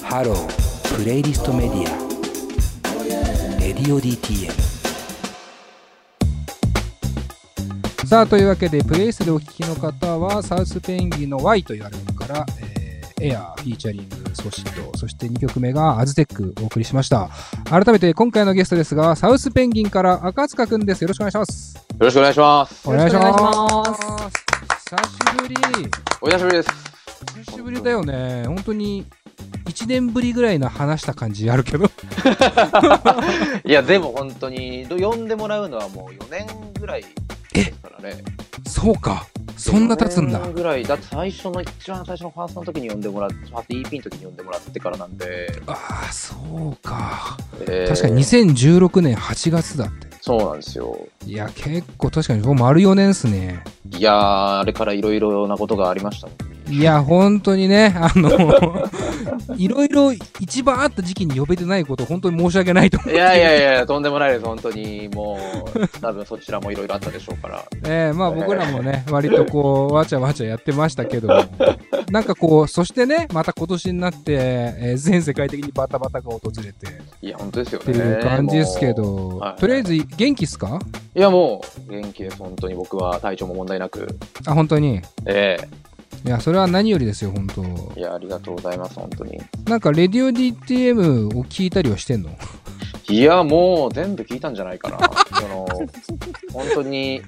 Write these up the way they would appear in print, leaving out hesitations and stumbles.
ハロープレイリストメディアレディオ DTM。 さあというわけでプレイリストでお聞きの方はサウスペンギンの Y というアルバムから、エアフィーチャリングソシッド、そして2曲目がアズテックお送りしました。改めて今回のゲストですが、サウスペンギンから赤塚くんです。よろしくお願いします。 よろしくお願いします。 お願いします。 久しぶり。お久しぶりです。 久しぶりだよね。本当に1年ぶりぐらいの話した感じあるけどいやでも本当に呼んでもらうのはもう4年ぐらいですからね。 そうか、そんな経つんだ。 4年ぐらいだって一番最初のファーストの時に呼んでもらって、ファースト EP の時に呼んでもらってからなんで。 ああそうか、確かに2016年8月だって。 そうなんですよ。 いや結構確かに丸4年っすね。 いやーあれからいろいろなことがありました。 いや本当にね、いろいろ一番あった時期に呼べてないこと本当に申し訳ないと思って。 いやとんでもないです。本当にもう多分そちらもいろいろあったでしょうから。 まあ僕らもね割とこうわちゃわちゃやってましたけどなんかこうそしてねまた今年になって、全世界的にバタバタが訪れて、 いや本当ですよねっていう感じですけど、 はい、 とりあえず元気っすか？ いやもう元気です。本当に僕は体調も問題なく。 あ本当に。いやそれは何よりですよ本当。 いやありがとうございます本当に。 なんかレディオ DTM を聞いたりはしてんの？ いやもう全部聞いたんじゃないかな本当に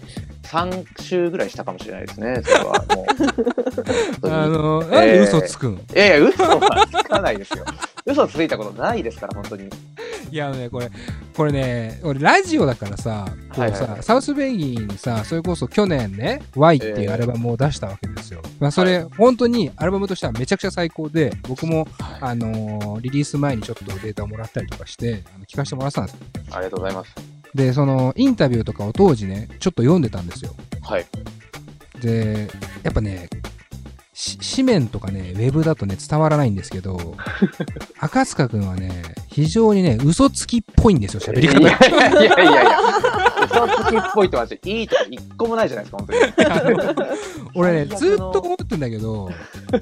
3週ぐらいしたかもしれないですね。それはもうなんで嘘つくん？ いや嘘はつかないですよ。嘘ついたことないですから本当に。 いやねこれね俺ラジオだからさ、こうさ、サウスペンギンにさそれこそ去年ね Y っていうアルバムを出したわけですよ。まあそれ、本当にアルバムとしてはめちゃくちゃ最高で、僕も、リリース前にちょっとデータをもらったりとかして聞かせてもらってたんですよ。 ありがとうございます。 でそのインタビューとかを当時ねちょっと読んでたんですよ。 はい。 でやっぱね紙面とかねウェブだとね伝わらないんですけど赤塚くんはね非常にね嘘つきっぽいんですよ喋り方。 いや嘘つきっぽいとはいいとか一個もないじゃないですか本当に。 俺ねずっと思ってんだけど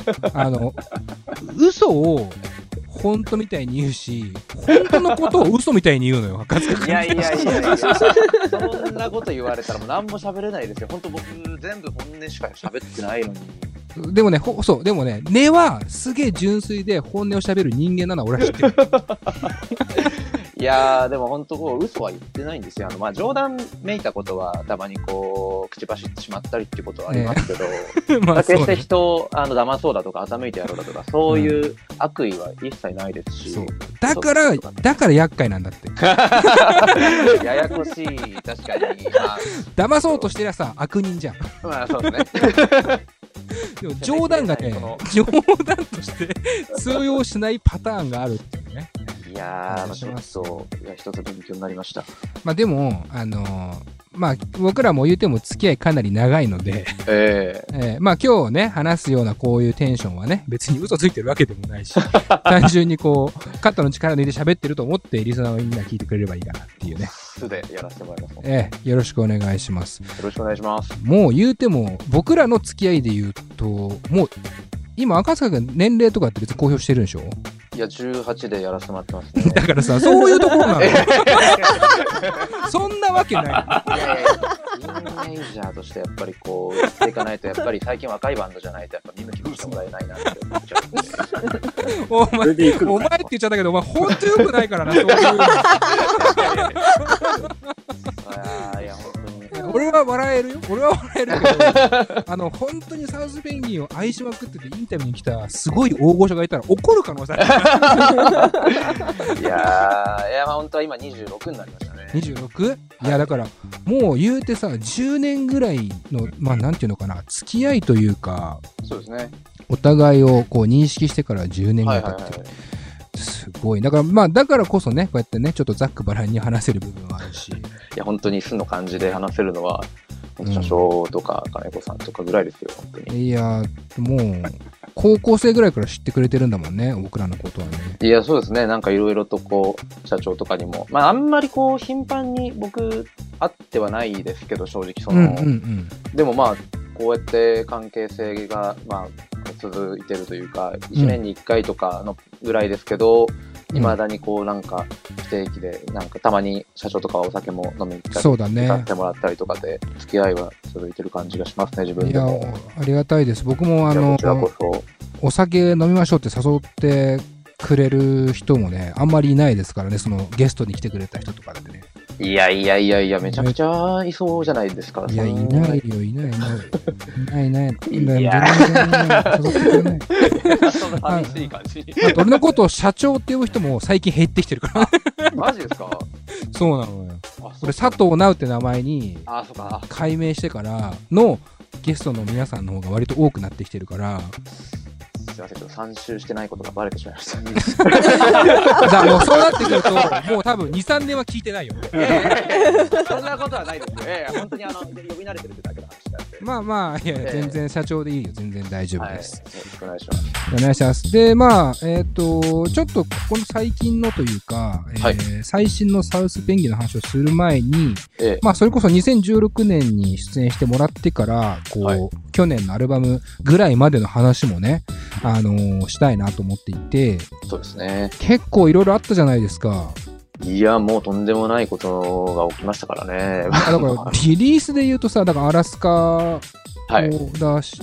嘘を本当みたいに言うし本当のことを嘘みたいに言うのよ赤塚くん。 いやそんなこと言われたらもう何も喋れないですよ。本当僕全部本音しか喋ってないのに。 でもね、でもね、根はすげえ純粋で本音を喋る人間なのは俺は知ってる。 いやーでも本当こう嘘は言ってないんですよ。まあ冗談めいたことはたまにこう口走ってしまってっていうことはありますけど、まあ、決して人を騙そうだとか欺いてやろうだとかそういう悪意は一切ないですし、 だから厄介なんだって。 ややこしい。確かに、 騙そうとしてりゃさ悪人じゃん。 まあそうですね。 でも冗談がね冗談として通用しないパターンがあるっていうね。 いやーちょっと一つ勉強になりました。 まあでもまあ僕らも言うても付き合いかなり長いので、まあ今日ね話すようなこういうテンションはね別に嘘ついてるわけでもないし単純にこう肩の力抜いて喋ってると思ってリスナーはみんな聞いてくれればいいかなっていうね。 素でやらせてもらいます。 よろしくお願いします。 よろしくお願いします。 もう言うても僕らの付き合いで言うともう今赤塚君年齢とかって別に公表してるんでしょ？ いや18でやらせてもらってますね。 だからさそういうところなの。そんなわけない。 いやイメージャーとしてやっぱりこうやっていかないとやっぱり最近若いバンドじゃないとやっぱ見向きもしてもらえないなって思っちゃう。お前って言っちゃったけどお前本当良くないからなそういう。 いや本当に。 俺は笑えるよ。俺は笑えるけど本当にサウスペンギンを愛しまくっててインタビューに来たすごい大御所がいたら怒る可能性ある。 いやまあ本当は今26になりましたね。 26？ いやだからもう言うてさ10年ぐらいのまあなんていうのかな付き合いというか、 そうですね。 お互いをこう認識してから10年ぐらい経ってる。すごい。だからこそねこうやってねちょっとざっくばらんに話せる部分はあるし。 いや本当に素の感じで話せるのは社長とか金子さんとかぐらいですよ本当に。 いやもう高校生ぐらいから知ってくれてるんだもんね僕らのことはね。 いやそうですね。なんかいろいろとこう社長とかにもあんまりこう頻繁に僕会ってはないですけど正直でもこうやって関係性が続いてるというか、1年に1回とかのぐらいですけど、未だにこうなんか不定期で、なんかたまに社長とかはお酒も飲みに行ったり、 そうだね。 行かせてもらったりとかで、付き合いは続いてる感じがしますね、自分でも。 いや、ありがたいです。僕もこちらこそお酒飲みましょうって誘ってくれる人もね、あんまりいないですからね、そのゲストに来てくれた人とかだってね。 いや、めちゃくちゃいそうじゃないですか。 いや、いないよ、いない。いない。 いや、 誘ってくれない。 そんな寂しい感じ。 俺のことを社長って呼ぶ人も最近減ってきてるから。 マジですか？ そうなのよ。俺、佐藤直って名前に改名してからのゲストの皆さんの方が割と多くなってきてるから。 すいません、3周してないことがバレてしまいました。 だもうそうなってくると、もう多分2、3年は聞いてないよ。 そんなことはないですよ。本当に呼び慣れてるってだけの話なんで。 まあ、いや、全然社長でいいよ。全然大丈夫です。 よろしくお願いします。 お願いします。で、まあ、ちょっとここの最近のというか、最新のサウスペンギンの話をする前に、まあ、それこそ2016年に出演してもらってから、去年のアルバムぐらいまでの話もね、したいなと思っていて、 そうですね。 結構いろいろあったじゃないですか。 いや、もうとんでもないことが起きましたからね。 だからリリースで言うとさ、だからアラスカを出して、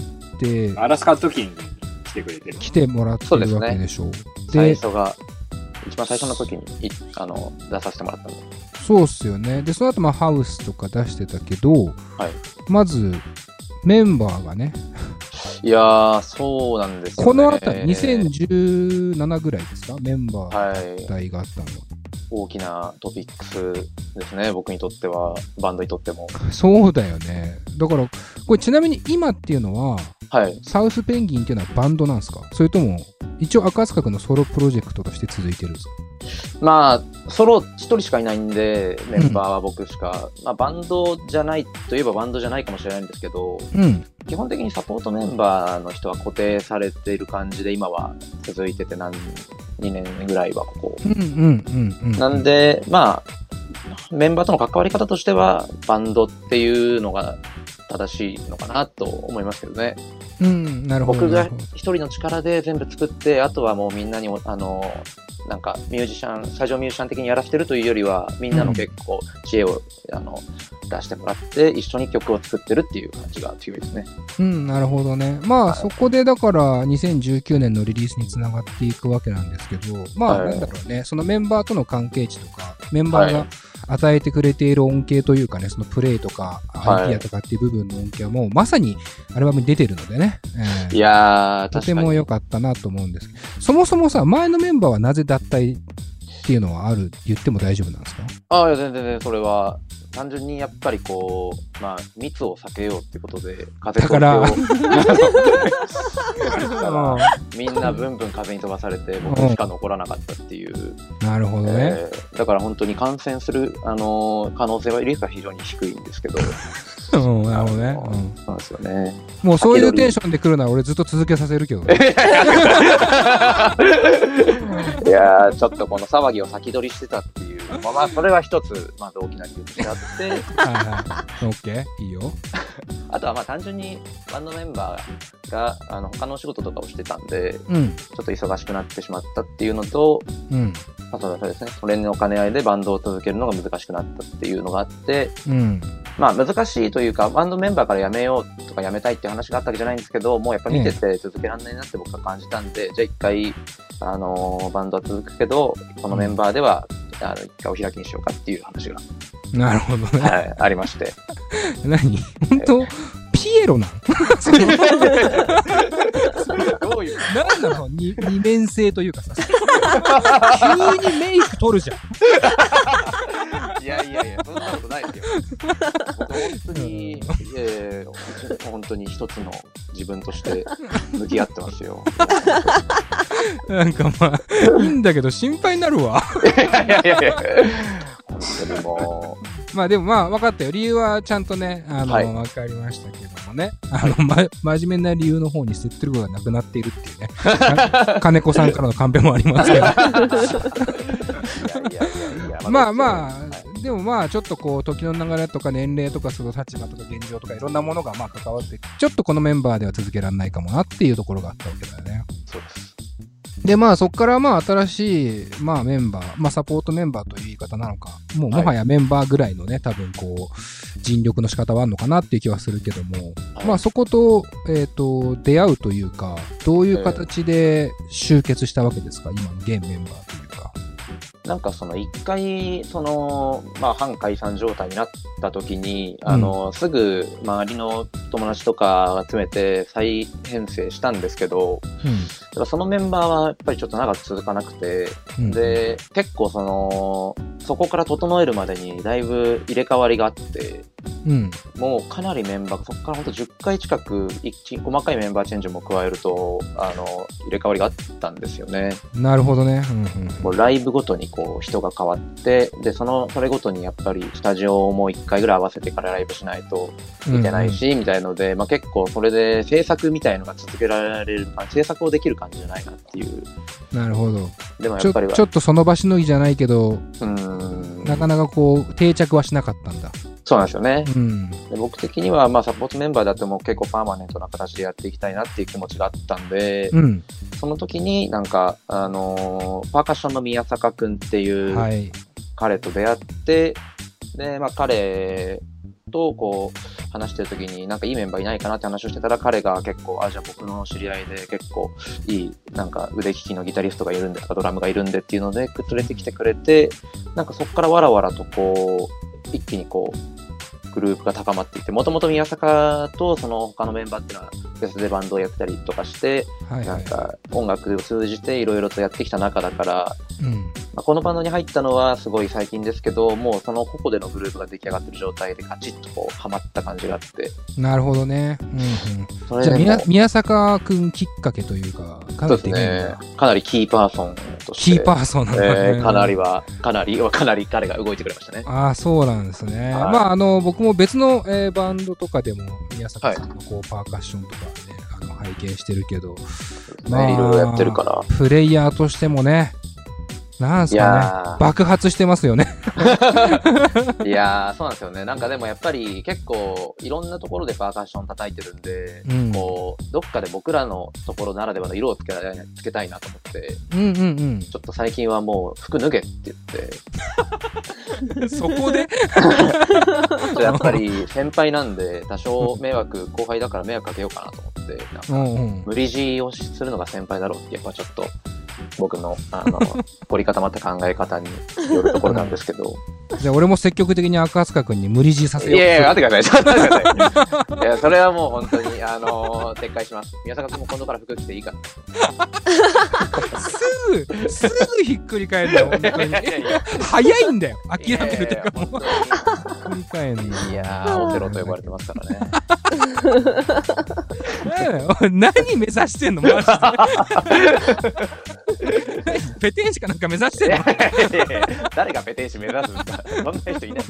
アラスカの時に来てもらってるわけでしょ。 で、一番最初の時に出させてもらったんで。 そうっすよね。で、その後ハウスとか出してたけど、まずメンバーがね、 いやー、そうなんですよね。 このあたり、2017ぐらいですか、メンバー代があったのは。 大きなトピックスですね、僕にとっては、バンドにとっても。 そうだよね。だから、これちなみに今っていうのは、サウスペンギンっていうのはバンドなんですか？それとも、一応赤塚くんのソロプロジェクトとして続いてるんですか？ まあ、ソロ一人しかいないんで、メンバーは僕しか、まあ、バンドじゃないといえばバンドじゃないかもしれないんですけど、基本的にサポートメンバーの人は固定されている感じで、今は続いてて2年ぐらいはここ。なんで、まあ、メンバーとの関わり方としては、バンドっていうのが正しいのかなと思いますけどね。 なるほど。 僕が一人の力で全部作って、あとはもうみんなになんかスタジオミュージシャン的にやらせてるというよりは、みんなの結構知恵を出してもらって、一緒に曲を作ってるっていう感じが強いですね。 なるほどね。まあ、そこでだから2019年のリリースにつながっていくわけなんですけど、まあ、なんだろうね、そのメンバーとの関係値とか、メンバーが与えてくれている恩恵というかね、そのプレイとかアイディアとかっていう部分の恩恵はもうまさにアルバムに出てるのでね、 いやー、 とても良かったなと思うんですけど、そもそもさ、前のメンバーはなぜ脱退っていうのは言っても大丈夫なんですか？ いや、全然、それは、単純にやっぱりこう、まあ、密を避けようっていうことで、風通しを。みんなブンブン風に飛ばされて、僕しか残らなかったっていう。 なるほどね。 だから本当に感染する、可能性はリスクは非常に低いんですけど。 なるほどね。 そうですよね。 もうそういうテンションで来るなら俺ずっと続けさせるけどね。 いやー、ちょっとこの騒ぎを先取りしてたっていう、まあそれは一つ、まず大きな理由としてあって。 オッケー、いいよ。 あとはまあ単純にバンドメンバーが他のお仕事とかをしてたんで、ちょっと忙しくなってしまったっていうのと、まあそうですね、それの兼ね合いでバンドを続けるのが難しくなったっていうのがあって、まあ難しいというか、バンドメンバーから辞めようとか辞めたいっていう話があったわけじゃないんですけど、もうやっぱ見てて続けられないなって僕は感じたんで、じゃあ一回、バンドは続くけど、このメンバーでは、一回お開きにしようかっていう話が。 なるほどね。 ありまして。 何？本当ピエロなの？ どういうなんだろう、二面性というかさ、急にメイク取るじゃん。 いや、そんなことないですよ。本当に一つの自分として向き合ってますよ。 なんかまあ、いいんだけど心配になるわ。 いや。本当にもう。 まあでもまあ分かったよ。理由はちゃんとね、分かりましたけどもね。真面目な理由の方に説得力がなくなっているっていうね。金子さんからのカンペもありますけど。まあ、 でもまあちょっとこう時の流れとか年齢とかその立場とか現状とかいろんなものがまあ関わってちょっとこのメンバーでは続けられないかもなっていうところがあったわけだよね。 そうです。 でまあそこからまあ新しいまあメンバー、まあサポートメンバーという言い方なのか、もはやメンバーぐらいのね多分こう尽力の仕方はあるのかなっていう気はするけども、まあそこと出会うというかどういう形で集結したわけですか、今の現メンバーというか。 なんかその一回まあ反解散状態になった時にすぐ周りの友達とか集めて再編成したんですけど、そのメンバーはやっぱりちょっと長く続かなくて、で結構そこから整えるまでにだいぶ入れ替わりがあって、もうかなりメンバーそこからほんと10回近く細かいメンバーチェンジも加えると入れ替わりがあったんですよね。 なるほどね。 もうライブごとにこう人が変わって、でそれごとにやっぱりスタジオも1回ぐらい合わせてからライブしないといけないし、みたいので、まあ、結構それで制作みたいのが続けられる制作をできる感じじゃないなっていう。 なるほど。 でもやっぱりちょっとその場しのぎじゃないけどなかなかこう定着はしなかったんだ。 そうなんですよね。で僕的にはまあサポートメンバーだっても結構パーマネントな形でやっていきたいなっていう気持ちがあったんで、その時になんかパーカッションの宮坂くんっていう彼と出会って、でまあ彼とこう話してる時になんかいいメンバーいないかなって話をしてたら、彼が結構じゃあ僕の知り合いで結構いいなんか腕利きのギタリストがいるんでとかドラムがいるんでっていうので連れてきてくれて、なんかそこからわらわらとこう一気にこうグループが高まっていって、もともと宮坂とその他のメンバーっていうのは別でバンドをやったりとかして、なんか音楽を通じていろいろとやってきた中だから、まあ、このバンドに入ったのはすごい最近ですけど、もうその個々でのグループが出来上がってる状態でガチッとこうハマった感じがあって。 なるほどね。それじゃあ宮坂くんきっかけというか、 そうですね。かなりキーパーソンとして。 キーパーソンなんだね。 かなり彼が動いてくれましたね。 ああ、そうなんですね。まあ僕も別の、バンドとかでも宮坂さんのこうパーカッションとかね拝見してるけど、 まあいろいろやってるから。 プレイヤーとしてもね。なんすかね、爆発してますよね。 いやー、そうなんですよね。なんかでもやっぱり結構いろんなところでパーカッション叩いてるんで、こうどっかで僕らのところならではの色をつけたいなと思って、ちょっと最近はもう服脱げって言ってそこでやっぱり先輩なんで多少迷惑、後輩だから迷惑かけようかなと思って、なんか無理強いをするのが先輩だろうってやっぱちょっと僕の凝り固まった考え方によるところなんですけどじゃあ俺も積極的に赤塚君に無理強いさせよう。 いやいや待ってください待ってください。いやそれはもう本当に撤回します。宮坂君も今度から服着ていいからすぐひっくり返るんだよ本当に。早いんだよ諦めるとかもうひっくり返るんだよ。 いやーオセロと呼ばれてますからね。 何目指してんのマジでペテン師かなんか目指してんの。 誰がペテン師目指すんですか。そんな人いない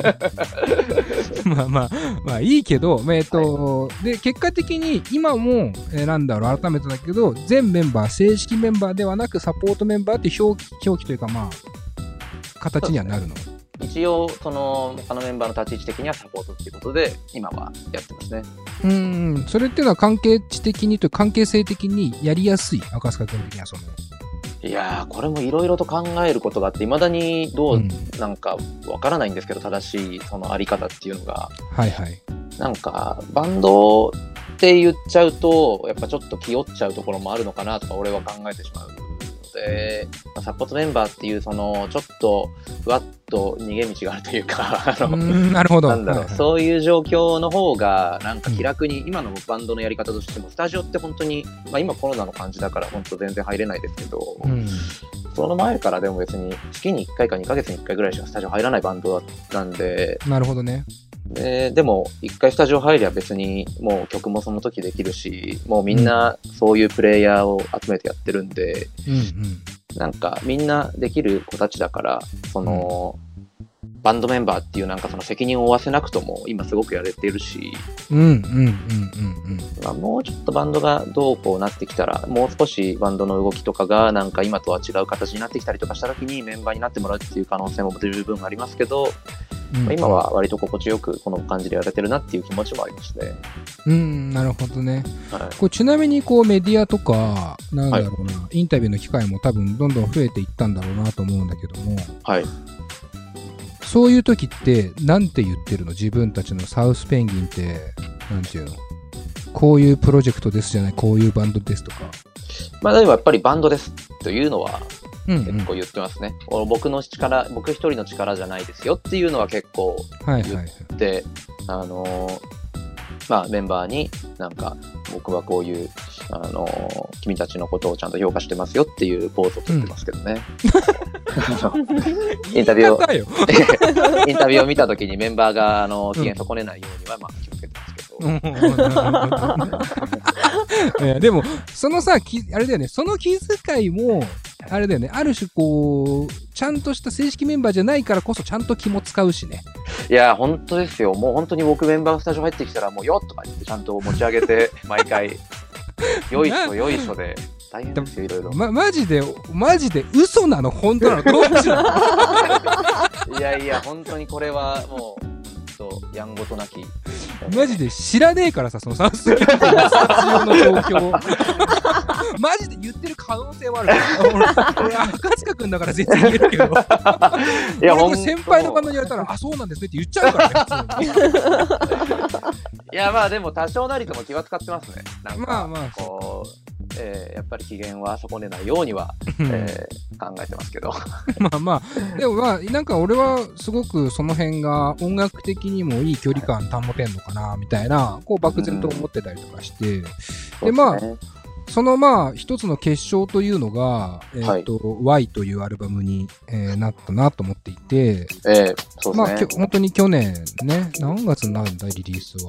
まあいいけど、で結果的に今も、なんだろう改めてだけど全メンバー正式メンバーではなくサポートメンバーって表記というかまあ形にはなるの。 一応他のメンバーの立ち位置的にはサポートっていうことで今はやってますね。 それっていうのは関係値的にという関係性的にやりやすい赤塚君的にはその。 いやーこれもいろいろと考えることがあって未だにどうなんかわからないんですけど、正しいそのあり方っていうのが、なんかバンドって言っちゃうとやっぱちょっと気負っちゃうところもあるのかなとか俺は考えてしまうので、サポートメンバーっていうそのちょっとふわっと逃げ道があるというかなるほど。 なんだろう、そういう状況の方がなんか気楽に、今のバンドのやり方としてもスタジオって本当に、まあ、今コロナの感じだから本当全然入れないですけど、その前からでも別に月に1回か2ヶ月に1回ぐらいしかスタジオ入らないバンドなんで。 なるほどね。 でも1回スタジオ入りゃ別にもう曲もその時できるし、もうみんなそういうプレイヤーを集めてやってるんで、なんかみんなできる子たちだからその、 バンドメンバーっていうなんかその責任を負わせなくとも今すごくやれてるし、まあ、もうちょっとバンドがどうこうなってきたら、もう少しバンドの動きとかがなんか今とは違う形になってきたりとかした時にメンバーになってもらうっていう可能性も十分ありますけど、まあ、今は割と心地よくこの感じでやれてるなっていう気持ちもありますね。 なるほどね。 はい、 これちなみにこうメディアとかなんだろうな、インタビューの機会も多分どんどん増えていったんだろうなと思うんだけども、 はい、 そういう時ってなんて言ってるの？自分たちのサウスペンギンってなんていうの？こういうプロジェクトですじゃない、こういうバンドですとか。 まあ例えばやっぱりバンドですというのは結構言ってますね。僕一人の力じゃないですよっていうのは結構言って、まあメンバーになんか僕はこういう君たちのことをちゃんと評価してますよっていうポーズを取ってますけどね。インタビューを見たときにメンバーが機嫌損ねないようにはまあ気をつけてますけど。 でもそのさあれだよね、その気遣いもあれだよね、ある種こうちゃんとした正式メンバーじゃないからこそちゃんと気も使うしね。 いや本当ですよ。もう本当に僕メンバーがスタジオ入ってきたらもうよっとか言ってちゃんと持ち上げて毎回よいしょで大変ですよ、いろいろ。 マジで嘘なの本当なのどっちなの？いや本当にこれはもうやんごとなき。 マジで知らねえからさ、そのサウスキャンプのスタジオの状況マジで言ってる可能性はあるから俺赤塚くんだから絶対言えるけどいや俺先輩のバンドに言われたらあそうなんですねって言っちゃうからねいやまあでも多少なりとも気は使ってますね。なんかまあこうやっぱり機嫌は損ねないようには、考えてますけどまあでもまあなんか俺はすごくその辺が音楽的にもいい距離感保てんのかなみたいなこう漠然と思ってたりとかして、でまあそのまあ一つの結晶というのが、Y というアルバムに、なったなと思っていて、 そうですね。 まあ本当に去年ね、何月になるんだリリースは。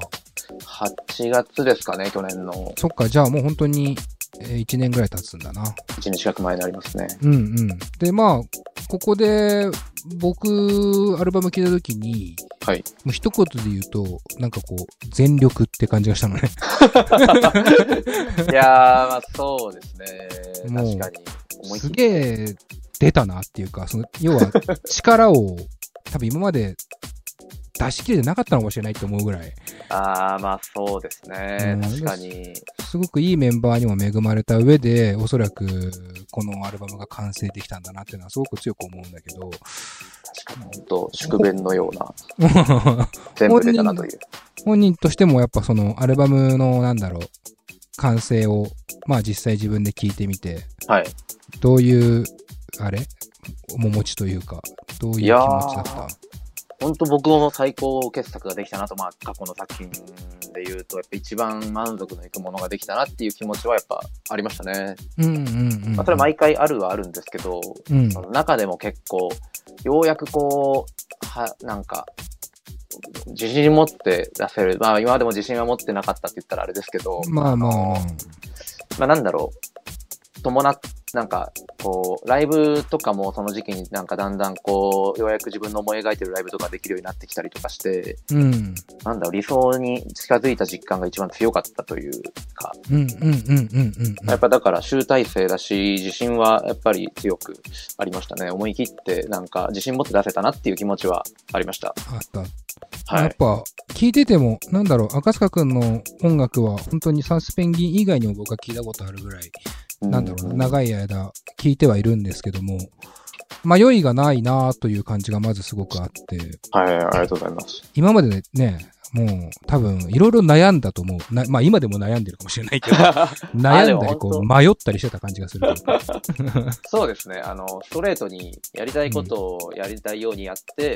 8月ですかね、去年の。 そっか、じゃあもう本当に、1年ぐらい経つんだな。 1年近く前になりますね。 で、まあ、ここで僕、アルバム聴いたときに、もう一言で言うと、なんかこう、全力って感じがしたのね。 いやー、まあそうですね。確かに。 すげえ出たなっていうか、要は力を多分今まで出し切れてなかったのかもしれないと思うぐらい。 まあそうですね。確かに。 すごくいいメンバーにも恵まれた上で、おそらくこのアルバムが完成できたんだなっていうのはすごく強く思うんだけど。 確かに本当宿便のような全部出たなという。 本人としてもやっぱそのアルバムの完成をまあ実際自分で聞いてみて、どういう面持ちというかどういう気持ちだった？ 本当僕も最高傑作ができたなと、まあ過去の作品で言うとやっぱ一番満足のいくものができたなっていう気持ちはやっぱありましたね。それは毎回あるはあるんですけど、その中でも結構ようやくこうなんか自信持って出せる。まあ今までも自信は持ってなかったって言ったらあれですけど、まあなんだろう、なんかこうライブとかもその時期になんかだんだんこうようやく自分の思い描いてるライブとかできるようになってきたりとかして、なんだろう、理想に近づいた実感が一番強かったというか、やっぱだから集大成だし自信はやっぱり強くありましたね。思い切ってなんか自信持って出せたなっていう気持ちはありました。 やっぱ聞いててもなんだろう、赤塚くんの音楽は本当にサウスペンギン以外にも僕は聞いたことあるぐらいなんだろうな、長い間聞いてはいるんですけども、迷いがないなという感じがまずすごくあって、 ありがとうございます。 今までね、もう多分いろいろ悩んだと思う。まあ今でも悩んでるかもしれないけど、悩んだりこう迷ったりしてた感じがする。 そうですね。ストレートにやりたいことをやりたいようにやって、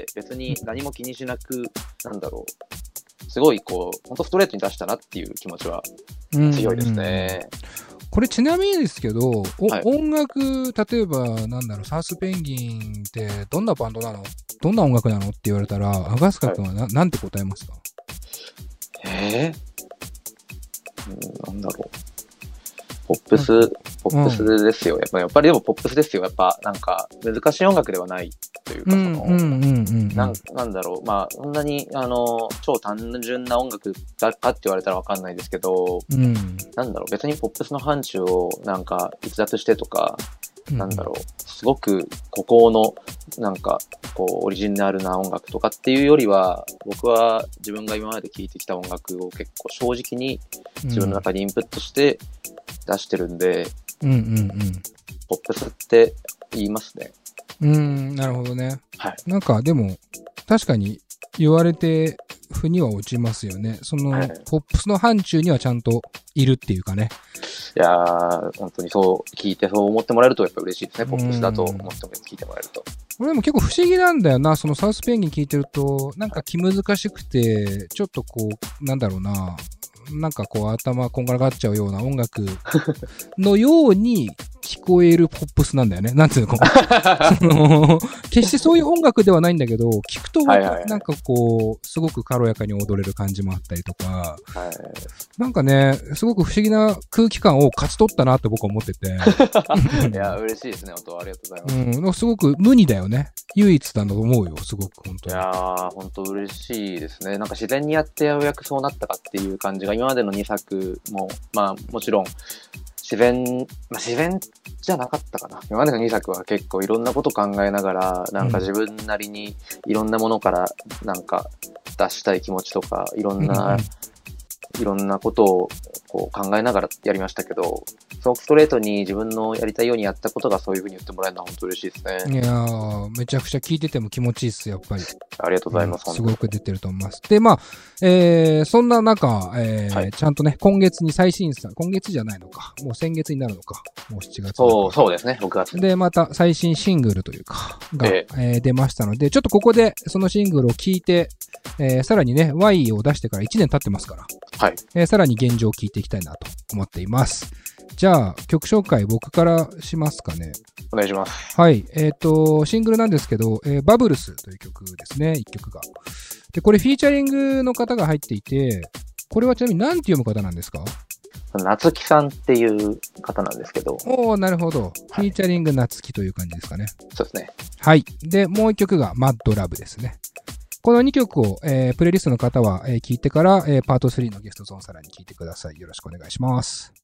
別に何も気にしなく、なんだろう、すごいこう本当ストレートに出したなっていう気持ちは強いですね。 これちなみにですけど、音楽、例えばなんだろう、サウスペンギンってどんなバンドなの？どんな音楽なのって言われたら、赤塚君はなんて答えますか？ なんだろう。ポップスポップスですよ。やっぱりでもポップスですよ。やっぱなんか難しい音楽ではないというか、なんだろう。まあ、そんなに、超単純な音楽だかって言われたらわかんないですけど、なんだろう。別にポップスの範疇をなんか逸脱してとか、なんだろう。すごく孤高の、なんか、こう、オリジナルな音楽とかっていうよりは、僕は自分が今まで聴いてきた音楽を結構正直に自分の中にインプットして出してるんで、ポップスって言いますね。 なるほどね。 はい。 なんかでも、確かに言われて、腑には落ちますよね。その、ポップスの範疇にはちゃんといるっていうかね。 いやー、本当にそう聞いてそう思ってもらえるとやっぱ嬉しいですね。ポップスだと思って聞いてもらえると。 俺でも結構不思議なんだよな。そのサウスペンギン聞いてると、なんか気難しくて、ちょっとこう、なんだろうな。なんかこう頭こんがらがっちゃうような音楽のように聞こえるポップスなんだよね。なんていうの決してそういう音楽ではないんだけど、聞くとなんかこう、すごく軽やかに踊れる感じもあったりとか、なんかね、すごく不思議な空気感を勝ち取ったなって僕は思ってて。 いや、嬉しいですね。本当ありがとうございます。 すごく無二だよね。唯一だと思うよ。すごく本当に。 いやー、本当嬉しいですね。なんか自然にやってようやくそうなったかっていう感じが今までの2作も、まあもちろん自然じゃなかったかな。今までの2作は結構いろんなこと考えながら、なんか自分なりにいろんなものからなんか出したい気持ちとか、いろんなことをこう考えながらやりましたけど、ストレートに自分のやりたいようにやったことがそういう風に言ってもらえるのは本当嬉しいですね。 いやー、めちゃくちゃ聞いてても気持ちいいっす、やっぱり。 ありがとうございます。 すごく出てると思います。で、まあ、そんな中、ちゃんとね、今月に最新作、今月じゃないのか、もう先月になるのか、もう7月。 そうですね、6月。 で、また最新シングルというか、が、出ましたので、ちょっとここでそのシングルを聞いて、さらにね、Y を出してから1年経ってますから、 はい。 さらに現状を聞いていきたいなと思っています。じゃあ、曲紹介僕からしますかね。 お願いします。 はい。シングルなんですけど、バブルスという曲ですね、1曲が。で、これフィーチャリングの方が入っていて、これはちなみに何て読む方なんですか？ 夏木さんっていう方なんですけど。 おー、なるほど。フィーチャリング夏木という感じですかね。 そうですね。 はい。で、もう1曲がマッドラブですね。この2曲を、プレイリストの方は、聞いてから、パート3のゲストゾーンさらに聞いてください。よろしくお願いします。